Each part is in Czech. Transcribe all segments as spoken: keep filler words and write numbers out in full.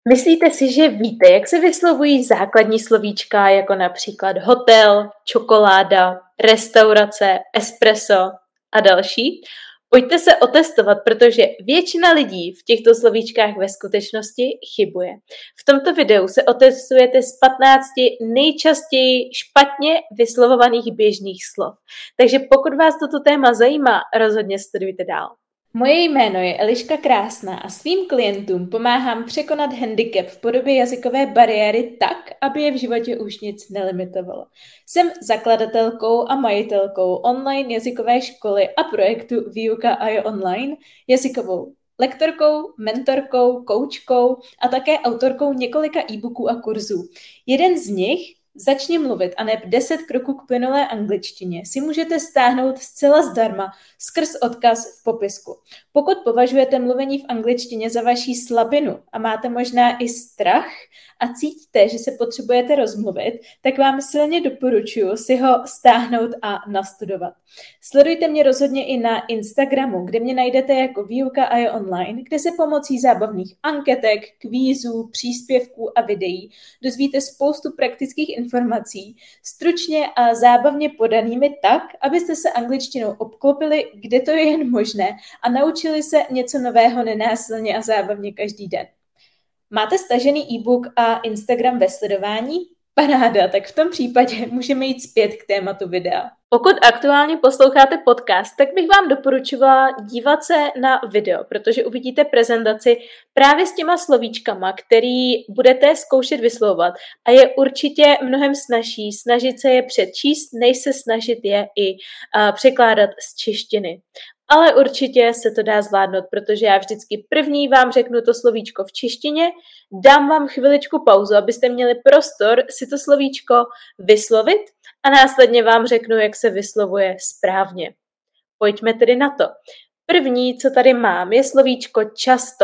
Myslíte si, že víte, jak se vyslovují základní slovíčka, jako například hotel, čokoláda, restaurace, espresso a další? Pojďte se otestovat, protože většina lidí v těchto slovíčkách ve skutečnosti chybuje. V tomto videu se otestujete z patnácti nejčastěji špatně vyslovovaných běžných slov. Takže pokud vás toto téma zajímá, rozhodně studujte dál. Moje jméno je Eliška Krásná a svým klientům pomáhám překonat handicap v podobě jazykové bariéry tak, aby je v životě už nic nelimitovalo. Jsem zakladatelkou a majitelkou online jazykové školy a projektu Výuka a je online, jazykovou lektorkou, mentorkou, koučkou a také autorkou několika e-booků a kurzů. Jeden z nich, Začni mluvit a neb deset kroků k plynulé angličtině, si můžete stáhnout zcela zdarma skrz odkaz v popisku. Pokud považujete mluvení v angličtině za vaší slabinu a máte možná i strach a cítíte, že se potřebujete rozmluvit, tak vám silně doporučuji si ho stáhnout a nastudovat. Sledujte mě rozhodně i na Instagramu, kde mě najdete jako Výuka a je online, kde se pomocí zábavných anketek, kvízů, příspěvků a videí dozvíte spoustu praktických informací, stručně a zábavně podanými tak, abyste se angličtinou obklopili, kde to je jen možné a naučili se něco nového nenásilně a zábavně každý den. Máte stažený e-book a Instagram ve sledování? Paráda, tak v tom případě můžeme jít zpět k tématu videa. Pokud aktuálně posloucháte podcast, tak bych vám doporučovala dívat se na video, protože uvidíte prezentaci právě s těma slovíčkama, který budete zkoušet vyslovovat a je určitě mnohem snazší snažit se je přečíst, než se snažit je i uh, překládat z češtiny. Ale určitě se to dá zvládnout, protože já vždycky první vám řeknu to slovíčko v češtině, dám vám chviličku pauzu, abyste měli prostor si to slovíčko vyslovit a následně vám řeknu, jak se vyslovuje správně. Pojďme tedy na to. První, co tady mám, je slovíčko často.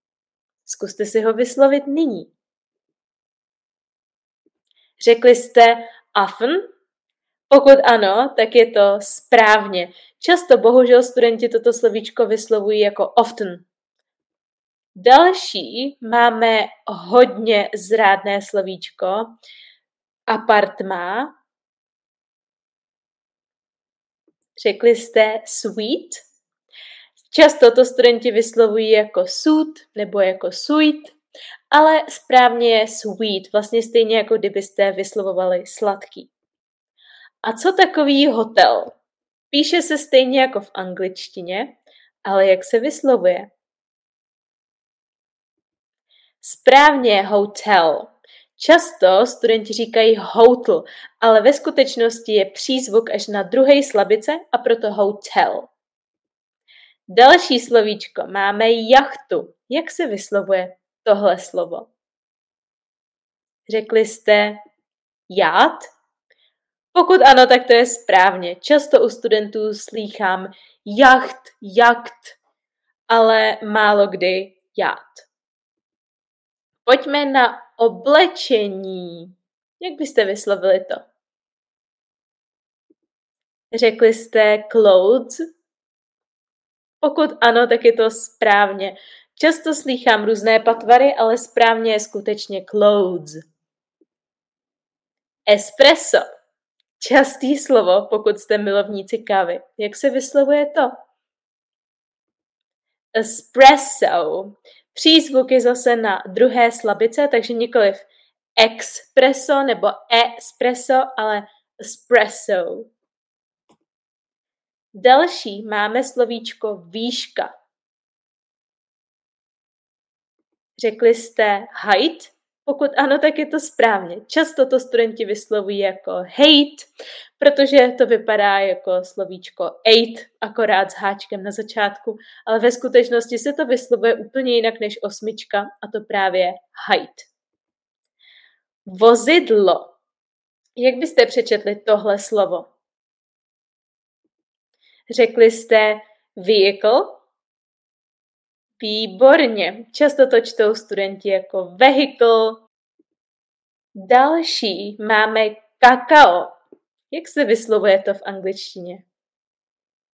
Zkuste si ho vyslovit nyní. Řekli jste often? Pokud ano, tak je to správně. Často bohužel studenti toto slovíčko vyslovují jako often. Další máme hodně zrádné slovíčko apartmá. Řekli jste sweet. Často to studenti vyslovují jako suit nebo jako sweet, ale správně je sweet, vlastně stejně jako kdybyste vyslovovali sladký. A co takový hotel? Píše se stejně jako v angličtině, ale jak se vyslovuje? Správně je hotel. Často studenti říkají hotel, ale ve skutečnosti je přízvuk až na druhé slabice a proto hotel. Další slovíčko máme jachtu. Jak se vyslovuje tohle slovo? Řekli jste yacht? Pokud ano, tak to je správně. Často u studentů slýchám jacht, jakt, ale málo kdy yacht. Pojďme na oblečení. Jak byste vyslovili to? Řekli jste clothes? Pokud ano, tak je to správně. Často slýchám různé patvary, ale správně je skutečně clothes. Espresso. Častý slovo, pokud jste milovníci kávy. Jak se vyslovuje to? Espresso. Přízvuk je zase na druhé slabice, takže nikoliv expresso nebo espresso, ale espresso. Další máme slovíčko výška. Řekli jste height? Pokud ano, tak je to správně. Často to studenti vyslovují jako hate, protože to vypadá jako slovíčko eight, akorát s háčkem na začátku, ale ve skutečnosti se to vyslovuje úplně jinak než osmička a to právě height. Vozidlo. Jak byste přečetli tohle slovo? Řekli jste vehicle? Výborně. Často to čtou studenti jako vehicle. Další máme kakao. Jak se vyslovuje to v angličtině?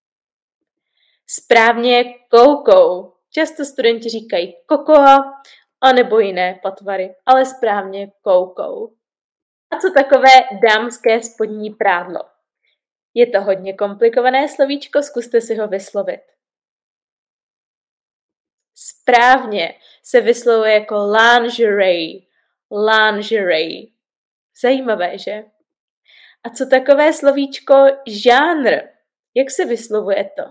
Správně cocoa. Často studenti říkají kokoa, anebo jiné potvary, ale správně koukou. A co takové dámské spodní prádlo? Je to hodně komplikované slovíčko, zkuste si ho vyslovit. Správně se vyslovuje jako lingerie. Lingerie. Zajímavé, že? A co takové slovíčko žánr? Jak se vyslovuje to?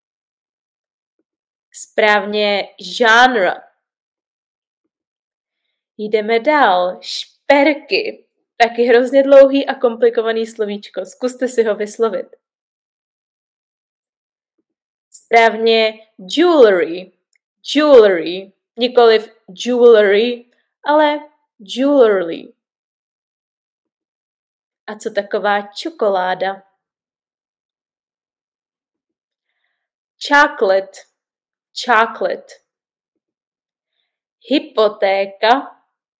Správně žánr. Jdeme dál. Šperky. Taky hrozně dlouhý a komplikovaný slovíčko. Zkuste si ho vyslovit. Správně jewelry. Jewelry. Nikoliv jewelry, ale jewelry. A co taková čokoláda? Chocolate. Chocolate. Hypotéka.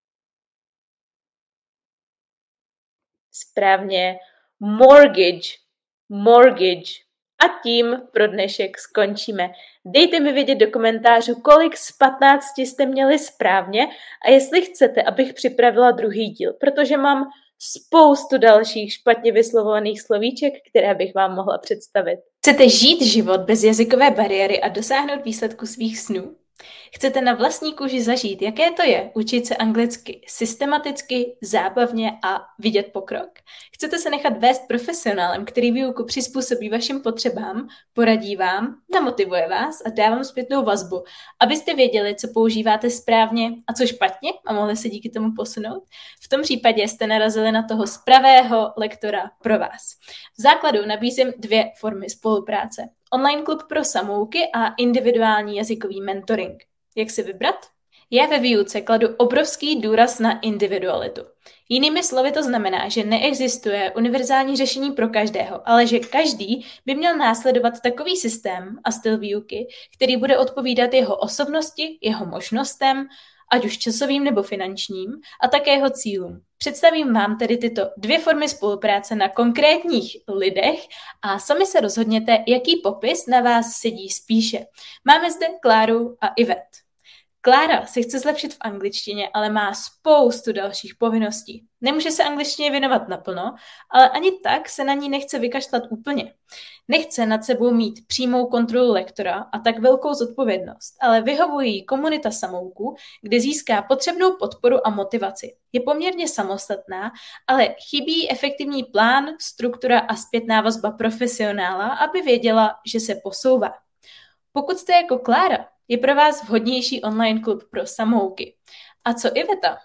Správně mortgage. Mortgage. A tím pro dnešek skončíme. Dejte mi vědět do komentářů, kolik z patnácti jste měli správně a jestli chcete, abych připravila druhý díl, protože mám spoustu dalších špatně vyslovovaných slovíček, které bych vám mohla představit. Chcete žít život bez jazykové bariéry a dosáhnout výsledku svých snů? Chcete na vlastní kůži zažít, jaké to je učit se anglicky systematicky, zábavně a vidět pokrok? Chcete se nechat vést profesionálem, který výuku přizpůsobí vašim potřebám, poradí vám, namotivuje vás a dá vám zpětnou vazbu, abyste věděli, co používáte správně a co špatně a mohli se díky tomu posunout? V tom případě jste narazili na toho spravého lektora pro vás. V základu nabízím dvě formy spolupráce. Online klub pro samouky a individuální jazykový mentoring. Jak si vybrat? Já ve výuce kladu obrovský důraz na individualitu. Jinými slovy to znamená, že neexistuje univerzální řešení pro každého, ale že každý by měl následovat takový systém a styl výuky, který bude odpovídat jeho osobnosti, jeho možnostem, ať už časovým nebo finančním, a také jeho cílům. Představím vám tedy tyto dvě formy spolupráce na konkrétních lidech a sami se rozhodněte, jaký popis na vás sedí spíše. Máme zde Kláru a Ivet. Klára se chce zlepšit v angličtině, ale má spoustu dalších povinností. Nemůže se angličtině věnovat naplno, ale ani tak se na ní nechce vykašlat úplně. Nechce nad sebou mít přímou kontrolu lektora a tak velkou zodpovědnost, ale vyhovuje jí komunita samouků, kde získá potřebnou podporu a motivaci. Je poměrně samostatná, ale chybí efektivní plán, struktura a zpětná vazba profesionála, aby věděla, že se posouvá. Pokud jste jako Klára, je pro vás vhodnější online klub pro samouky. A co Iveta?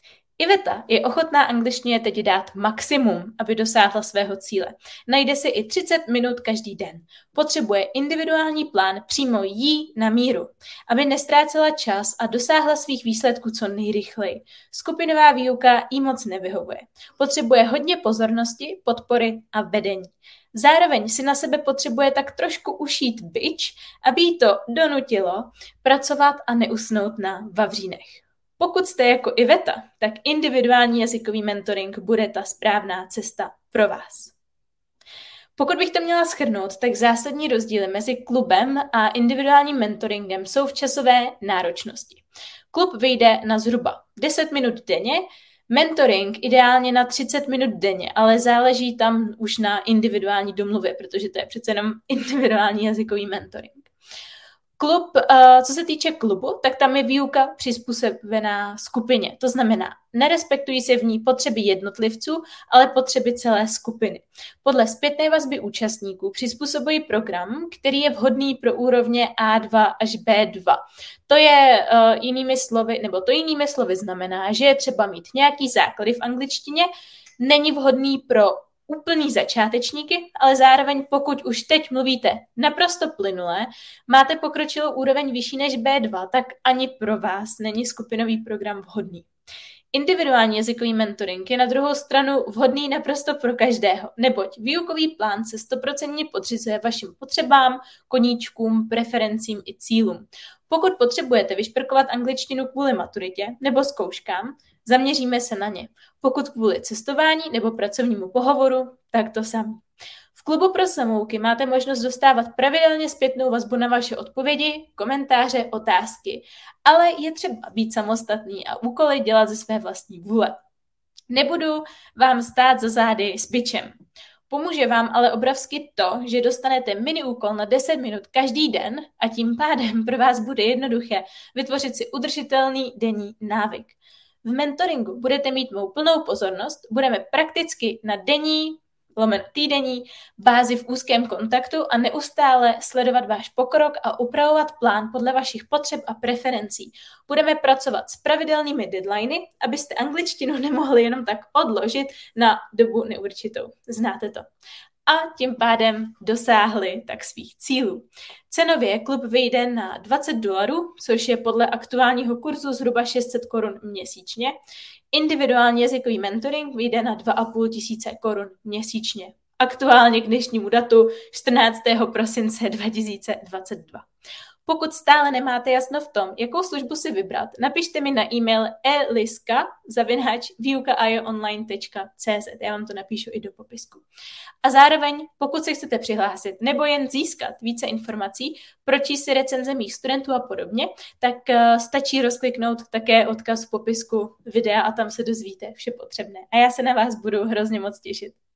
Iveta je ochotná angličtině teď dát maximum, aby dosáhla svého cíle. Najde si i třicet minut každý den. Potřebuje individuální plán přímo jí na míru, aby nestrácela čas a dosáhla svých výsledků co nejrychleji. Skupinová výuka jí moc nevyhovuje. Potřebuje hodně pozornosti, podpory a vedení. Zároveň si na sebe potřebuje tak trošku ušít bič, aby jí to donutilo pracovat a neusnout na vavřínech. Pokud jste jako Iveta, tak individuální jazykový mentoring bude ta správná cesta pro vás. Pokud bych to měla shrnout, tak zásadní rozdíly mezi klubem a individuálním mentoringem jsou v časové náročnosti. Klub vyjde na zhruba deset minut denně, mentoring ideálně na třicet minut denně, ale záleží tam už na individuální domluvě, protože to je přece jenom individuální jazykový mentoring. Klub, co se týče klubu, tak tam je výuka přizpůsobená skupině. To znamená, nerespektují se v ní potřeby jednotlivců, ale potřeby celé skupiny. Podle zpětné vazby účastníků přizpůsobují program, který je vhodný pro úrovně A dva až bé dva. To je uh, jinými slovy, nebo to jinými slovy znamená, že je třeba mít nějaký základy v angličtině, není vhodný pro úplný začátečníky, ale zároveň pokud už teď mluvíte naprosto plynule, máte pokročilou úroveň vyšší než bé dva, tak ani pro vás není skupinový program vhodný. Individuální jazykový mentoring je na druhou stranu vhodný naprosto pro každého, neboť výukový plán se stoprocentně podřizuje vašim potřebám, koníčkům, preferencím i cílům. Pokud potřebujete vyšperkovat angličtinu kvůli maturitě nebo zkouškám, zaměříme se na ně. Pokud kvůli cestování nebo pracovnímu pohovoru, tak to samé. V V klubu pro samouky máte možnost dostávat pravidelně zpětnou vazbu na vaše odpovědi, komentáře, otázky, ale je třeba být samostatný a úkoly dělat ze své vlastní vůle. Nebudu vám stát za zády s bičem. Pomůže vám ale obrovsky to, že dostanete mini úkol na deset minut každý den a tím pádem pro vás bude jednoduché vytvořit si udržitelný denní návyk. V mentoringu budete mít mou plnou pozornost, budeme prakticky na denní, lomen týdenní bázi v úzkém kontaktu a neustále sledovat váš pokrok a upravovat plán podle vašich potřeb a preferencí. Budeme pracovat s pravidelnými deadliny, abyste angličtinu nemohli jenom tak odložit na dobu neurčitou. Znáte to. A tím pádem dosáhli tak svých cílů. Cenově klub vyjde na dvacet dolarů, což je podle aktuálního kurzu zhruba šest set korun měsíčně. Individuální jazykový mentoring vyjde na dva a půl tisíce korun měsíčně. Aktuálně k dnešnímu datu čtrnáctého prosince dva tisíce dvacet dva. Pokud stále nemáte jasno v tom, jakou službu si vybrat, napište mi na e-mail eliska zavináč výuka a je online tečka cé zet. Já vám to napíšu i do popisku. A zároveň, pokud se chcete přihlásit nebo jen získat více informací, pročíst si recenze mých studentů a podobně, tak uh, stačí rozkliknout také odkaz v popisku videa a tam se dozvíte vše potřebné. A já se na vás budu hrozně moc těšit.